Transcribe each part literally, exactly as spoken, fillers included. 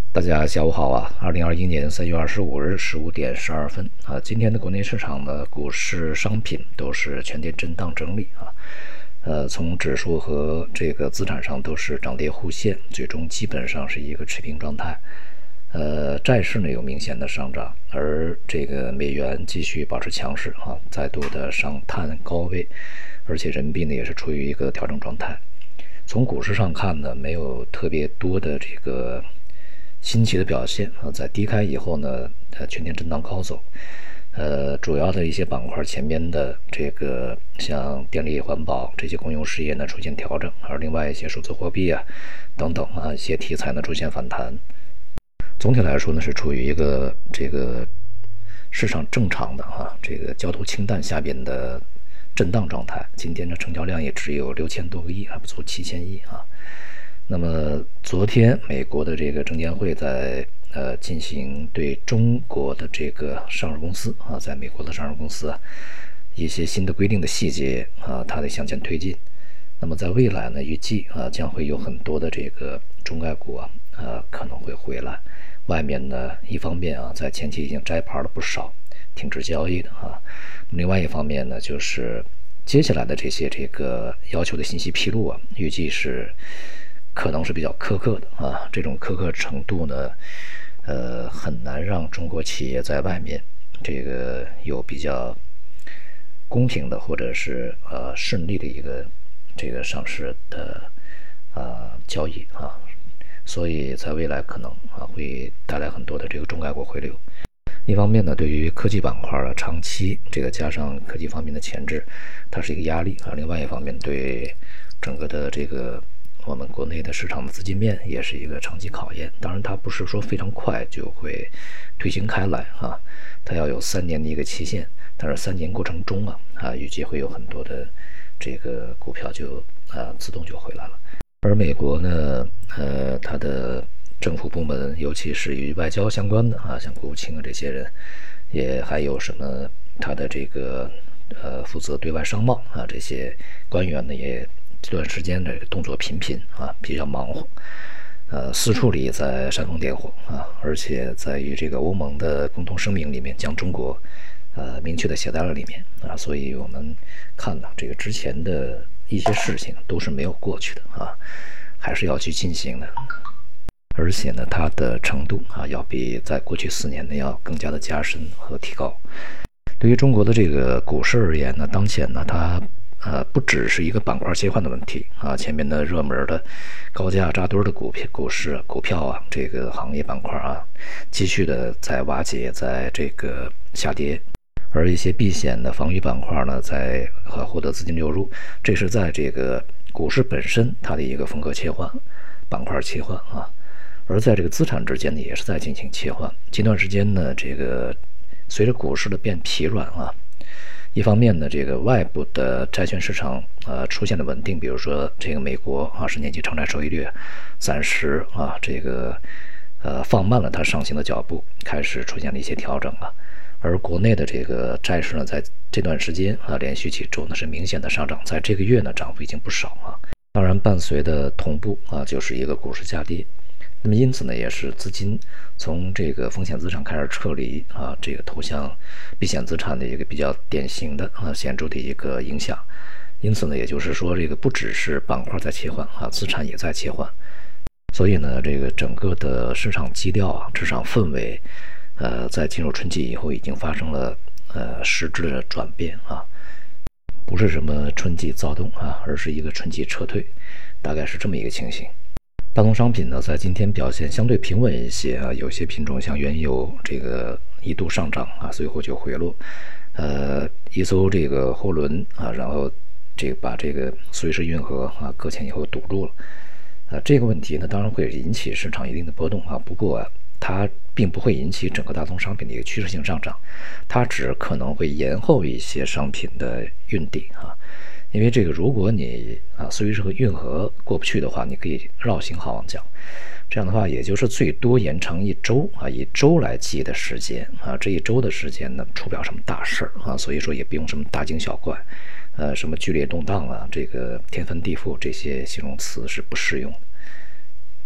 大家下午好啊！二零二一年三月二十五日十五点十二分啊，今天的国内市场呢，股市、商品都是全天震荡整理啊。呃，从指数和这个资产上都是涨跌互现，最终基本上是一个持平状态。呃，债市呢有明显的上涨，而这个美元继续保持强势啊，再度的上探高位，而且人民币呢也是处于一个调整状态。从股市上看呢，没有特别多的这个新奇的表现啊，在低开以后呢，呃，全天震荡高走，呃，主要的一些板块前面的这个像电力、环保这些公用事业呢出现调整，而另外一些数字货币啊等等啊一些题材呢出现反弹。总体来说呢，是处于一个这个市场正常的哈、啊、这个交投清淡下边的震荡状态。今天的成交量也只有六千多个亿，还不足七千亿啊。那么昨天美国的这个证监会在呃进行对中国的这个上市公司啊，在美国的上市公司啊一些新的规定的细节啊，它得向前推进。那么在未来呢，预计啊将会有很多的这个中概股啊呃可能会回来。外面呢，一方面啊，在前期已经摘牌了不少，停止交易的啊。另外一方面呢，就是接下来的这些这个要求的信息披露啊，预计是可能是比较苛刻的啊。这种苛刻程度呢，呃，很难让中国企业在外面这个有比较公平的或者是呃顺利的一个这个上市的啊、呃、交易啊。所以在未来可能啊会带来很多的这个中概股回流。一方面呢，对于科技板块啊，长期这个加上科技方面的前置，它是一个压力啊。另外一方面，对整个的这个我们国内的市场的资金面也是一个长期考验。当然，它不是说非常快就会推行开来啊，它要有三年的一个期限。但是三年过程中啊啊，预计会有很多的这个股票就啊自动就回来了。而美国呢，呃，它的政府部门，尤其是与外交相关的啊，像国务卿啊这些人，也还有什么他的这个呃负责对外商贸啊这些官员呢，也这段时间的动作频频啊，比较忙活，呃，四处里在煽风点火啊，而且在于这个欧盟的共同声明里面，将中国呃明确的写在了里面啊，所以我们看呢，这个之前的一些事情都是没有过去的啊，还是要去进行的，而且呢，它的程度啊，要比在过去四年呢要更加的加深和提高。对于中国的这个股市而言呢，当前呢，它呃不只是一个板块切换的问题啊，前面的热门的高价扎堆的股票、股市、股票啊，这个行业板块啊，继续的在瓦解，在这个下跌。而一些避险的防御板块呢，在呃获得资金流入，这是在这个股市本身它的一个风格切换、板块切换啊。而在这个资产之间呢，也是在进行切换。近段时间呢，这个随着股市的变疲软啊，一方面呢，这个外部的债券市场呃出现了稳定，比如说这个美国啊十年期长债收益率暂时啊这个呃放慢了它上行的脚步，开始出现了一些调整啊。而国内的这个债市呢，在这段时间啊，连续几周呢是明显的上涨，在这个月呢涨幅已经不少啊。当然，伴随的同步啊，就是一个股市下跌。那么因此呢，也是资金从这个风险资产开始撤离啊，这个投向避险资产的一个比较典型的啊显著的一个影响。因此呢，也就是说，这个不只是板块在切换啊，资产也在切换。所以呢，这个整个的市场基调啊，市场氛围。呃，在进入春季以后，已经发生了呃实质的转变啊，不是什么春季躁动啊，而是一个春季撤退，大概是这么一个情形。大宗商品呢，在今天表现相对平稳一些啊，有些品种像原油这个一度上涨啊，随后就回落。呃，一艘这个货轮啊，然后这个把这个苏伊士运河啊搁浅以后堵住了。呃，这个问题呢，当然会引起市场一定的波动啊，不过啊。它并不会引起整个大宗商品的一个趋势性上涨，它只可能会延后一些商品的运抵啊。因为这个，如果你啊苏伊士河运河过不去的话，你可以绕行好望角，这样的话也就是最多延长一周啊，以周来计的时间啊，这一周的时间呢出不了什么大事啊，所以说也不用什么大惊小怪，呃，什么剧烈动荡啊，这个天翻地覆这些形容词是不适用的。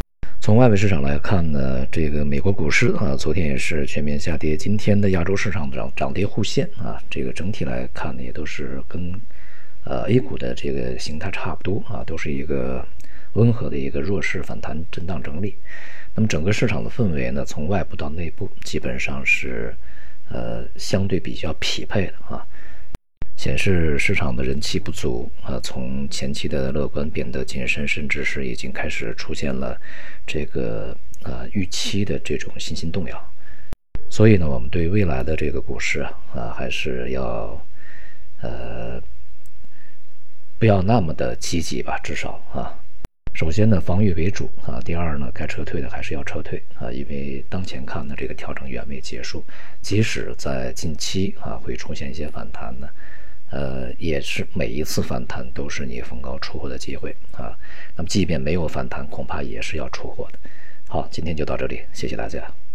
从外围市场来看呢，这个美国股市啊，昨天也是全面下跌。今天的亚洲市场涨涨跌互现啊，这个整体来看呢，也都是跟呃 A 股的这个形态差不多啊，都是一个温和的一个弱势反弹震荡整理。那么整个市场的氛围呢，从外部到内部基本上是呃相对比较匹配的啊。显示市场的人气不足啊，从前期的乐观变得谨慎，甚至是已经开始出现了这个呃预期的这种信心动摇。所以呢，我们对未来的这个股市啊啊还是要呃不要那么的积极吧，至少啊。首先呢，防御为主啊。第二呢，该撤退的还是要撤退啊，因为当前看的这个调整远未结束，即使在近期啊会出现一些反弹呢。呃，也是每一次反弹都是你逢高出货的机会啊。那么，即便没有反弹，恐怕也是要出货的。好，今天就到这里，谢谢大家。